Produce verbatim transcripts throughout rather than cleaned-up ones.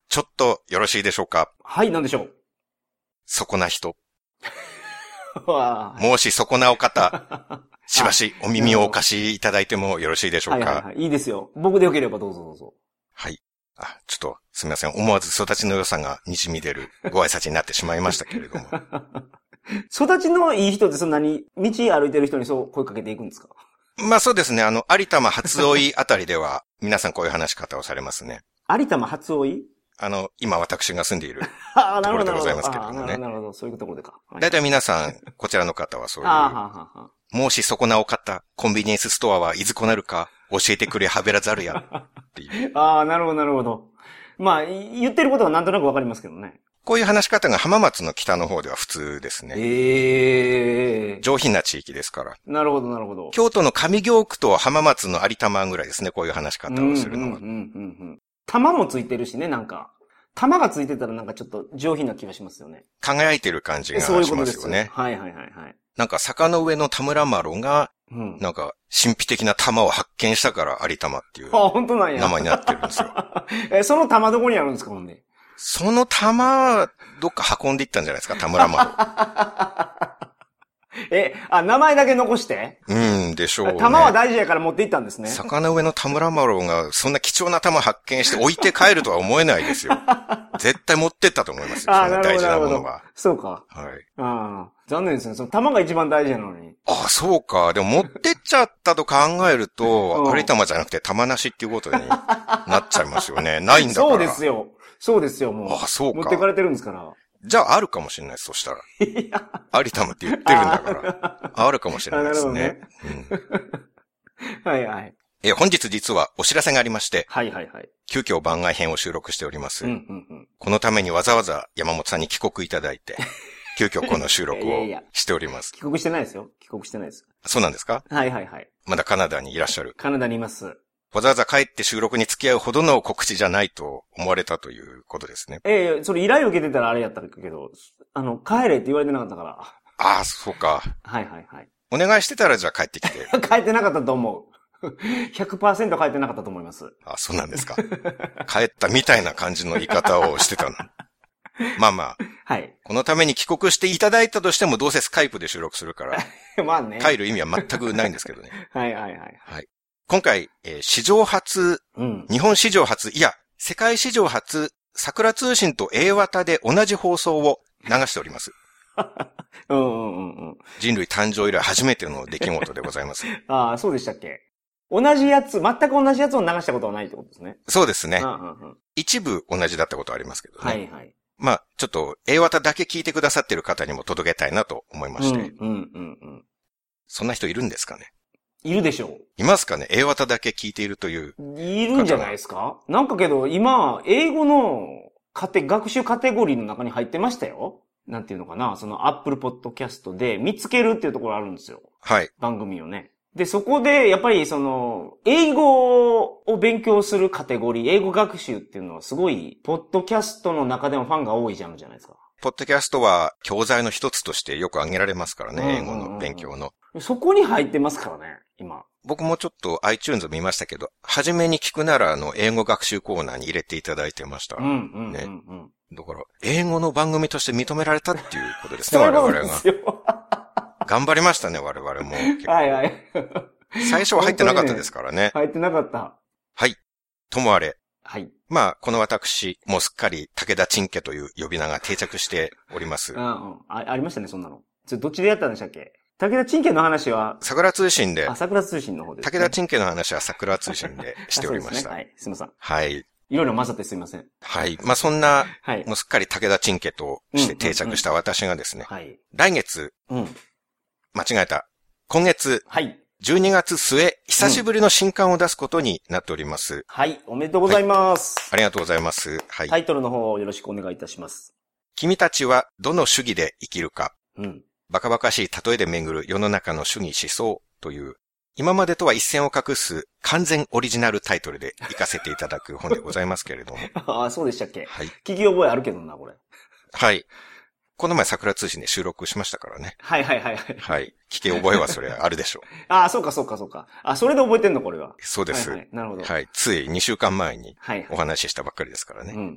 ちょっとよろしいでしょうか。 はい、なんでしょう。 そこな人。 ももしそこなお方、しばしお耳をお貸しいただいてもよろしいでしょうか。 はいはいはい。いいですよ。僕でよければどうぞどうぞ。 はい。あ、ちょっとすみません。思わず育ちの良さが滲み出るご挨拶になってしまいましたけれども。 育ちのいい人ってそんなに道歩いてる人にそう声かけていくんですか？ まあそうですね。あの、有玉初追いあたりでは皆さんこういう話し方をされますね。 有玉初追い？ あの、今私が住んでいるあ、 ところでございますけれどもね。 なるほど、そういうところでか。 だいたい皆さん、こちらの方はそういう。 あはははもしそこなお方、コンビニエンスストアはいずこなるか、教えてくれはべらざるや。っていう。 ああ、なるほど、なるほど。まあ、言ってることはなんとなくわかりますけどね。 こういう話し方が浜松の北の方では普通ですね。 ええー。 上品な地域ですから。 なるほど、なるほど。 京都の上京区と浜松の有玉ぐらいですね、こういう話し方をするのは。 うんうんうんうんうん。玉もついてるしね、なんか。玉がついてたらなんかちょっと上品な気がしますよね。 輝いてる感じがしますよね。そういうことです。 はいはいはいはい。 なんか坂の上の田村麻呂が、うん、なんか神秘的な玉を発見したから有玉っていう名前になってるんですよ。 え、その玉どこにあるんですか、ほんで。 その玉、どっか運んでいったんじゃないですか、田村麻呂。 え、あ、名前だけ残して？ うん、でしょうね。 玉は大事やから持っていったんですね。 坂の上の田村麻呂がそんな貴重な玉発見して置いて帰るとは思えないですよ。絶対持ってったと思いますよ。そんな大事なものは。 そうか。 はい。 ああ、残念ですね。その玉が一番大事なのに。 ああ、そうか。でも持ってっちゃったと考えると、有玉じゃなくて玉なしっていうことになっちゃいますよね。ないんだから。 そうですよ。そうですよ、もう。 ああ、そうか。 持ってかれてるんですから。 じゃああるかもしれないです、そしたら。有玉って言ってるんだから。あ, あるかもしれないですね。 うん、はいはい。 え、本日実はお知らせがありまして。 はいはいはい。 急遽番外編を収録しております。 うんうんうん、 このためにわざわざ山本さんに帰国いただいて、急遽この収録をしております。 いやいや帰国してないですよ。帰国してないです。 そうなんですか？ はいはいはい。 まだカナダにいらっしゃる。 カナダにいます。 わざわざ帰って収録に付き合うほどの告知じゃないと思われたということですね。 ええ、それ依頼受けてたらあれやったけど、あの、帰れって言われてなかったから。 ああ、そうか。 はいはいはい。 お願いしてたらじゃあ帰ってきて。 帰ってなかったと思う。ひゃくパーセント 帰ってなかったと思います。 あ、そうなんですか。帰ったみたいな感じの言い方をしてたの。まあまあ。 はい。 このために帰国していただいたとしてもどうせスカイプで収録するから。 まあね。 帰る意味は全くないんですけどね。 はいはいはい。 はい。今回、えー、史上初、うん、日本史上初、いや、世界史上初、桜通信と エーワタで同じ放送を流しております。 うんうんうんうん、 人類誕生以来初めての出来事でございます。 ああ、そうでしたっけ？同じやつ、全く同じやつを流したことはないってことですね。 そうですね。 うんうんうん、 一部同じだったことはありますけどね。 はいはい。 まあ、ちょっと エーワタだけ聞いてくださってる方にも届けたいなと思いまして。 うんうんうんうん。 そんな人いるんですかね？ いるでしょう。 いますかね？ エーワタだけ聞いているという。 いるんじゃないですか？なんかけど今、英語のカテ、学習カテゴリーの中に入ってましたよ。なんていうのかな、その Apple Podcast で見つけるっていうところあるんですよ。 はい。 番組をね。で、そこで、やっぱりその、英語を勉強するカテゴリー、英語学習っていうのはすごい、ポッドキャストの中でもファンが多いジャンルじゃないですか。 ポッドキャストは教材の一つとしてよく挙げられますからね、うんうんうん、英語の勉強の。 そこに入ってますからね、今。 僕もちょっと iTunes 見ましたけど、初めに聞くならあの、英語学習コーナーに入れていただいてました。 うんうんうんうん、 ね。だから、英語の番組として認められたっていうことですね、我々が。頑張りましたね、我々も。 はいはい。 最初は入ってなかったですからね。ね入ってなかった。 はい。ともあれ。 はい。 まあ、この私、もうすっかり武田チンケという呼び名が定着しております。 うんうん。あ、ありましたね、そんなの。それどっちでやったんでしたっけ？武田チンケの話は桜通信で。 あ、桜通信の方で、ね。 武田チンケの話は桜通信でしておりました。 そうですね。はい。すみません。 はい。 いろいろ混ざってすみません。 はい。まあ、そんな、 はい。 もうすっかり武田チンケとして定着した私がですね。 うんうんうん、はい。 来月。 うん。 間違えた。今月。 はい。 じゅうにがつ末、久しぶりの新刊を出すことになっております。うん、 はい。おめでとうございます、 はい。ありがとうございます。はい。 タイトルの方をよろしくお願いいたします。 君たちはどの主義で生きるか。 うん。 バカバカしい例えで巡る世の中の主義思想という、今までとは一線を画す完全オリジナルタイトルで活かせていただく本でございますけれども。 ああ、そうでしたっけ？ はい。 聞き覚えあるけどな、これ。 はい。この前桜通信で収録しましたからね。 はいはいはいはい。 はい。聞き覚えはそれあるでしょう。 ああ、そうかそうかそうか。あ、それで覚えてんのこれは。 そうです。 はいはい、なるほど。 はい。ついにしゅうかんまえにお話ししたばっかりですからね。 はい、うん。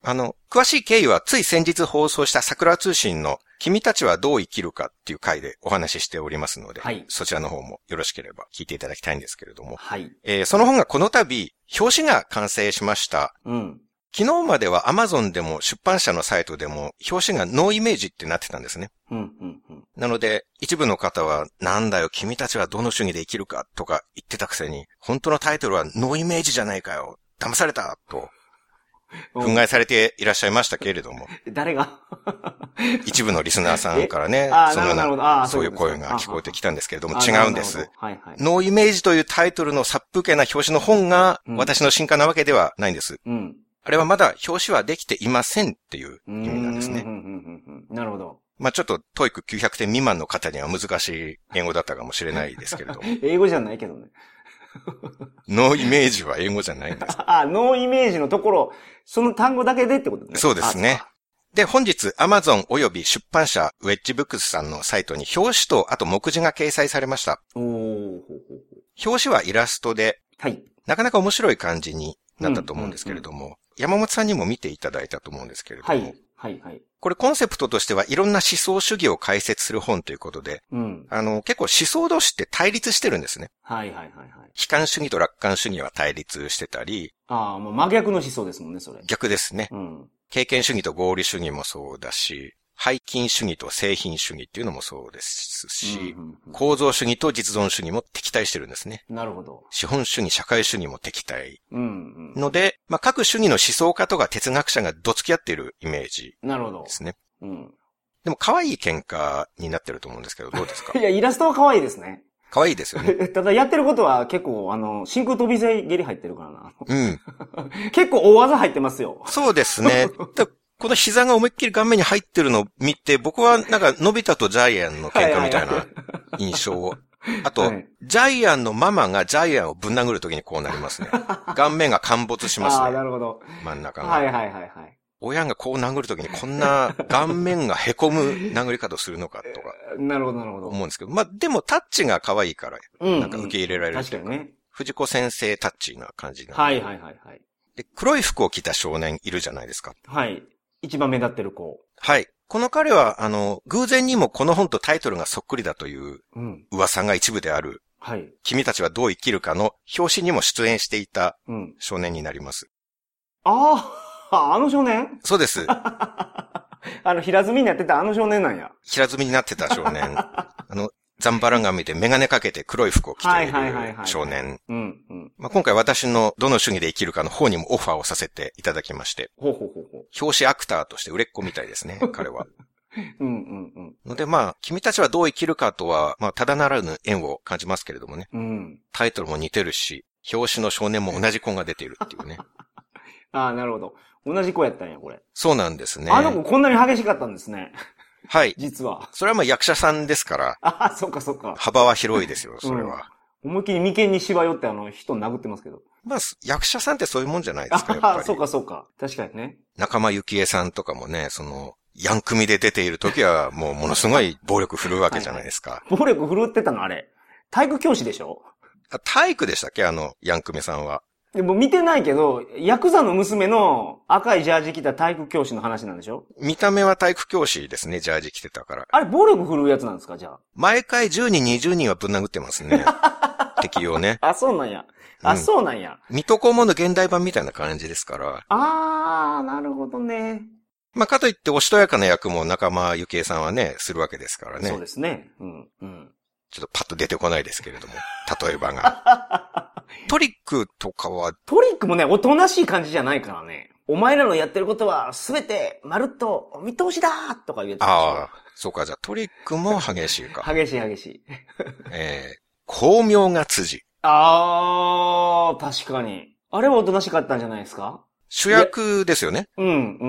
あの、詳しい経緯はつい先日放送した桜通信の君たちはどう生きるかっていう回でお話ししておりますので、はい、そちらの方もよろしければ聞いていただきたいんですけれども、はい、えー、その本がこの度、表紙が完成しました。うん、昨日までは Amazon でも出版社のサイトでも表紙がノーイメージってなってたんですね。うんうんうん、なので、一部の方は、なんだよ、君たちはどの主義で生きるかとか言ってたくせに、本当のタイトルはノーイメージじゃないかよ、騙されたと。憤慨されていらっしゃいましたけれども。 誰が一部のリスナーさんからね、そのような、そういう声が聞こえてきたんですけれども、違うんです。はいはい、ノーイメージというタイトルの殺風景な表紙の本が、私の新刊なわけではないんです。うん、あれはまだ表紙はできていませんっていう意味なんですね。 なるほど。 まあちょっと、トーイックきゅうひゃくてん未満の方には難しい英語だったかもしれないですけれども。 英語じゃないけどね。 ノーイメージは英語じゃないんです。 あ、ノーイメージのところ、その単語だけでってことね。 そうですね。で、本日 Amazon および出版社ウェッジブックスさんのサイトに表紙とあと目次が掲載されました。おー。表紙はイラストで、はい、なかなか面白い感じになったと思うんですけれども、うんうんうん、山本さんにも見ていただいたと思うんですけれども、はいはいはい。これコンセプトとしてはいろんな思想主義を解説する本ということで、うん、あの結構思想同士って対立してるんですね。はいはいはいはい。悲観主義と楽観主義は対立してたり、 ああ、もう真逆の思想ですもんね、それ。 逆ですね。うん、経験主義と合理主義もそうだし、背筋主義と製品主義っていうのもそうですし、うんうんうん、構造主義と実存主義も敵対してるんですね。 なるほど。 資本主義、社会主義も敵対。うんうん、ので、まあ、各主義の思想家とか哲学者がどつき合っているイメージですね。なるほど。うん、でも可愛い喧嘩になってると思うんですけど、どうですか？ いや、イラストは可愛いですね。 可愛いですよね。 ただやってることは結構、あの、真空飛び蹴り入ってるからな。うん。結構大技入ってますよ。 そうですね。この膝が思いっきり顔面に入ってるのを見て、僕はなんか、のび太とジャイアンの喧嘩みたいな印象を。あと、はい、ジャイアンのママがジャイアンをぶん殴るときにこうなりますね。顔面が陥没しますね。 ああ、なるほど。 真ん中が。 はいはいはいはい。 親がこう殴るときにこんな顔面が凹む殴り方をするのかとか。 なるほどなるほど。 思うんですけど。まあ、でもタッチが可愛いから、なんか受け入れられる、うんうん。確かにね。藤子先生タッチな感じなんで。はいはいはいはい。で、黒い服を着た少年いるじゃないですか。 はい。一番目立ってる子。 はい。この彼は、あの、偶然にもこの本とタイトルがそっくりだという噂が一部である。うん、はい。君たちはどう生きるかの表紙にも出演していた少年になります。 うん、ああ、あの少年？ そうです。 あの、平積みになってたあの少年なんや。 平積みになってた少年。あの、ザンバラ髪でメガネかけて黒い服を着ている少年。今回私のどの主義で生きるかの方にもオファーをさせていただきまして。ほうほうほうほう。表紙アクターとして売れっ子みたいですね、彼は。うんうんうん。のでまあ、君たちはどう生きるかとは、まあ、ただならぬ縁を感じますけれどもね。うん、タイトルも似てるし、表紙の少年も同じ子が出ているっていうね。 ああ、なるほど。同じ子やったんや、これ。 そうなんですね。 あの子こんなに激しかったんですね。 はい。 実は。 それはまあ役者さんですから。 ああ、そっかそっか。 幅は広いですよ、それは。 うん、思いっきり眉間にしわ寄ってあの人殴ってますけど。 まあ、役者さんってそういうもんじゃないですか、やっぱり。 ああ、そうかそうか。確かにね。 仲間由紀恵さんとかもね、その、ヤン組で出ている時はもうものすごい暴力振るうわけじゃないですか。はいはい、暴力振るってたのあれ。体育教師でしょ？ あ、体育でしたっけあの、ヤン組さんは。 でも見てないけど、ヤクザの娘の赤いジャージ着た体育教師の話なんでしょ？ 見た目は体育教師ですね、ジャージ着てたから。 あれ、暴力振るうやつなんですか、じゃあ。 毎回じゅうにん、にじゅうにんはぶん殴ってますね。敵をね。 あ、そうなんや。あ、うん、そうなんや。 水戸黄門の現代版みたいな感じですから。 あー、なるほどね。 まあ、かといっておしとやかな役も仲間由紀恵さんはね、するわけですからね。 そうですね。うん。うん。 ちょっとパッと出てこないですけれども。例えばが。トリックとかはトリックもね、おとなしい感じじゃないからね。お前らのやってることはすべてまるっとお見通しだとか言うてた。 ああ、そうか。じゃあトリックも激しいか。 激しい激しい。 えー、巧妙が辻。 ああ、確かに。あれはおとなしかったんじゃないですか？ 主役ですよね。 うん、うん、うん。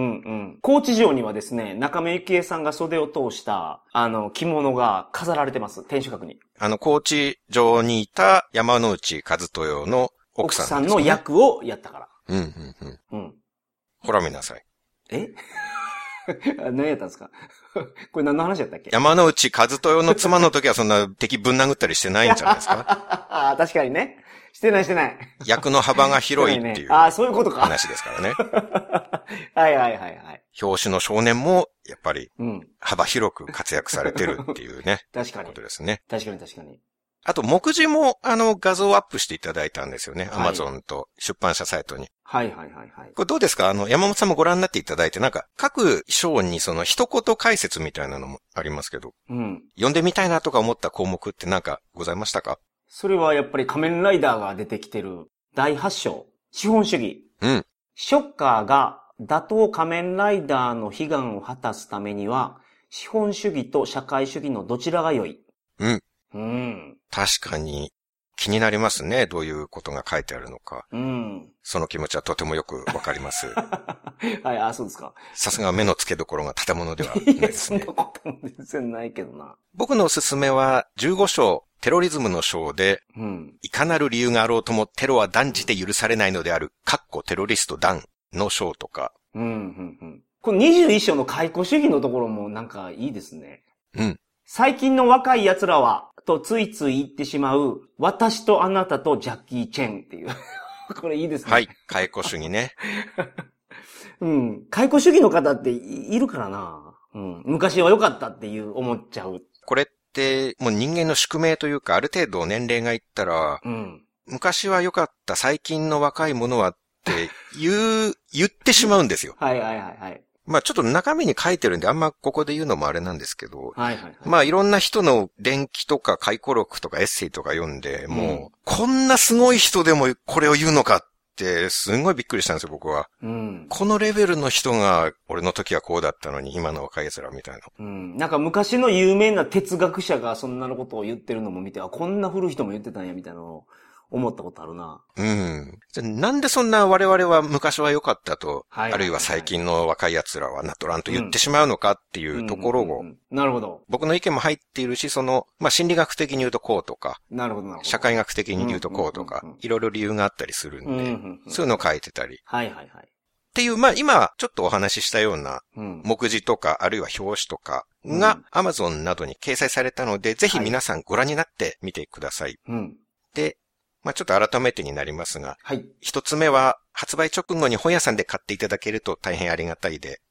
高知城にはですね、中目幸恵さんが袖を通した、あの、着物が飾られてます。天守閣に。 あの、高知城にいた山之内和豊の奥さん、ね、奥さんの役をやったから。 うん、うん、うん。うん。ほら見なさい。 え何やったんですかこれ何の話やったっけ？ 山之内和豊の妻の時はそんな敵ぶん殴ったりしてないんじゃないですか？ ああ、確かにね。 してないしてない。 役の幅が広いっていう。 ああ、そういうことか。 話ですからね。 はいはいはいはい。 表紙の少年も、やっぱり、幅広く活躍されてるっていうね。 確かに。 ことですね。 確かに確かに。 あと、目次も、あの、画像をアップしていただいたんですよね。アマゾンと出版社サイトに。 はいはいはいはい。 これどうですか？あの、山本さんもご覧になっていただいて、なんか、各章にその一言解説みたいなのもありますけど、うん。読んでみたいなとか思った項目ってなんかございましたか？ それはやっぱり仮面ライダーが出てきてるだいはち章、資本主義。うん。ショッカーが打倒仮面ライダーの悲願を果たすためには、資本主義と社会主義のどちらが良い？ うん。うん。確かに気になりますね。どういうことが書いてあるのか。うん。その気持ちはとてもよくわかります。 はい、あ、そうですか。 さすが目の付けどころが建物ではないですね。 そんなことも全然ないけどな。 僕のおすすめはじゅうご章、テロリズムの章で、うん、いかなる理由があろうともテロは断じて許されないのである、かっこテロリスト団の章とか。うん、うん、 うん。このにじゅういっ章の解雇主義のところもなんかいいですね。うん。最近の若い奴らは、とついつい言ってしまう、私とあなたとジャッキー・チェンっていう。これいいですね。 はい。解雇主義ね。 うん。解雇主義の方っているからな。うん。昔は良かったっていう思っちゃう。 これって、もう人間の宿命というか、ある程度年齢がいったら、うん、昔は良かった、最近の若い者はって言う、言ってしまうんですよ。 はいはいはいはい。 まあちょっと中身に書いてるんであんまここで言うのもあれなんですけど、はいはいはい、まあいろんな人の伝記とか回顧録とかエッセイとか読んで、もう、うん、こんなすごい人でもこれを言うのかってすんごいびっくりしたんですよ僕は、うん。このレベルの人が俺の時はこうだったのに今の若い奴らみたいな。 うん。なんか昔の有名な哲学者がそんなのことを言ってるのも見て、あ、こんな古い人も言ってたんやみたいなのを思ったことあるな。 うん。じゃなんでそんな我々は昔は良かったと、はいはいはいはい、あるいは最近の若い奴らはなっとらんと言ってしまうのかっていうところを、 なるほど。 僕の意見も入っているし、その、まあ、心理学的に言うとこうとか、 なるほどなるほど。 社会学的に言うとこうとか、いろいろ理由があったりするんで、うんうんうん、そういうのを書いてたり。 はいはいはい。 っていう、まあ、今、ちょっとお話ししたような、目次とか、あるいは表紙とかが、Amazon などに掲載されたので、ぜひ皆さんご覧になってみてください。うん、で、まあ、ちょっと改めてになりますが、はい。一つ目は、発売直後に本屋さんで買っていただけると大変ありがたいです。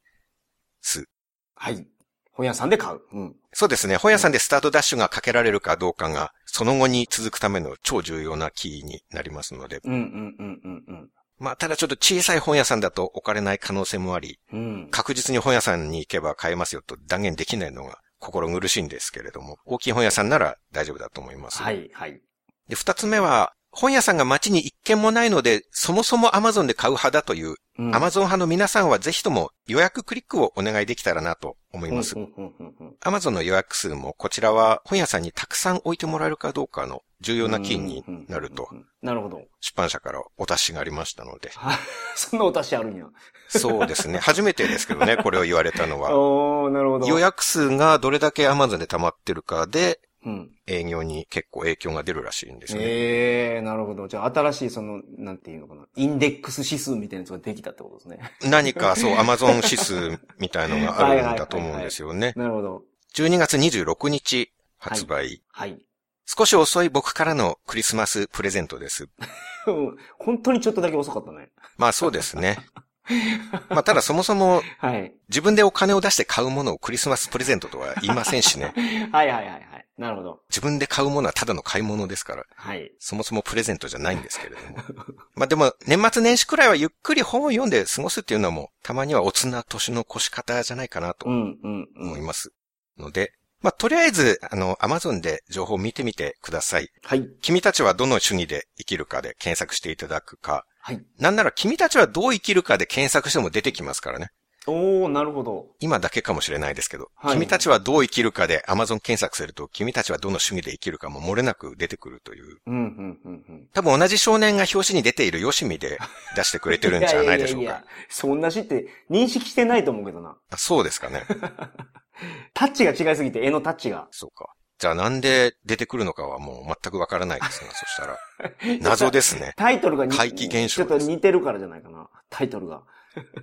はい。本屋さんで買う。うん。 そうですね。本屋さんでスタートダッシュがかけられるかどうかが、その後に続くための超重要なキーになりますので。うんうんうんうんうん。まあ、ただちょっと小さい本屋さんだと置かれない可能性もあり、うん、確実に本屋さんに行けば買えますよと断言できないのが心苦しいんですけれども、大きい本屋さんなら大丈夫だと思います。 はいはい。 で、二つ目は、本屋さんが街に一軒もないので、そもそも Amazon で買う派だという、うん、Amazon 派の皆さんはぜひとも予約クリックをお願いできたらなと思います。Amazon の予約数もこちらは本屋さんにたくさん置いてもらえるかどうかの重要なキーになると。 なるほど。 出版社からお達しがありましたので。 そんなお達しあるんや。 そうですね。初めてですけどね、これを言われたのは。 おー、なるほど。 予約数がどれだけ Amazon で溜まってるかで、うん、営業に結構影響が出るらしいんですね。 ええー、なるほど。じゃあ新しいその、なんていうのかな。インデックス指数みたいなやつができたってことですね。 何かそう、アマゾン指数みたいのがあるんだと思うんですよね。 なるほど。 じゅうにがつにじゅうろくにち発売。はい。はい、少し遅い僕からのクリスマスプレゼントです。 本当にちょっとだけ遅かったね。 まあそうですね。まあただそもそも、はい、自分でお金を出して買うものをクリスマスプレゼントとは言いませんしね。 はいはいはいはい。なるほど。 自分で買うものはただの買い物ですから。はい。そもそもプレゼントじゃないんですけれども。まあでも年末年始くらいはゆっくり本を読んで過ごすっていうのもたまにはおつな年の越し方じゃないかなと思います。うんうんうん、ので、まあとりあえずあの Amazon で情報を見てみてください。はい。君たちはどの主義で生きるかで検索していただくか。はい。なんなら君たちはどう生きるかで検索しても出てきますからね。 おー、なるほど。 今だけかもしれないですけど、はい、君たちはどう生きるかで Amazon 検索すると、君たちはどの趣味で生きるかも漏れなく出てくるという。うんうんうんうん、多分同じ少年が表紙に出ているよしみで出してくれてるんじゃないでしょうか。いやいやいやいや、 そんなしって認識してないと思うけどな。 あ、そうですかね。 タッチが違いすぎて、絵のタッチが。 そうか。じゃあなんで出てくるのかはもう全くわからないですが、そしたら。謎ですね。 タイトルが怪奇現象。 ちょっと似てるからじゃないかな。タイトルが。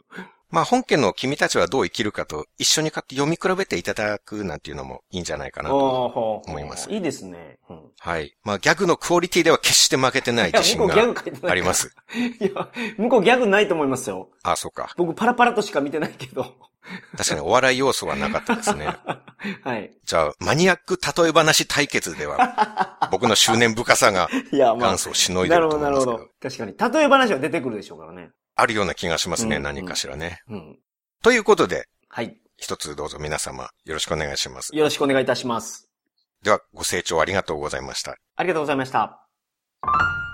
まあ本家の君たちはどう生きるかと一緒に買って読み比べていただくなんていうのもいいんじゃないかなと思います。 いいですね、 うん。はい。まあギャグのクオリティでは決して負けてない自信があります。 いや、向こうギャグないと思いますよ。 ああ、そうか。 僕パラパラとしか見てないけど。 確かにお笑い要素はなかったですね。 はい。 じゃあ、マニアック例え話対決では、僕の執念深さが元祖をしのいでると思いますけど。 なるほど、なるほど。確かに。例え話は出てくるでしょうからね。 あるような気がしますね、うん、何かしらね、 うん。 ということで、 はい。 一つどうぞ皆様よろしくお願いします。 よろしくお願いいたします。 では、ご清聴ありがとうございました。 ありがとうございました。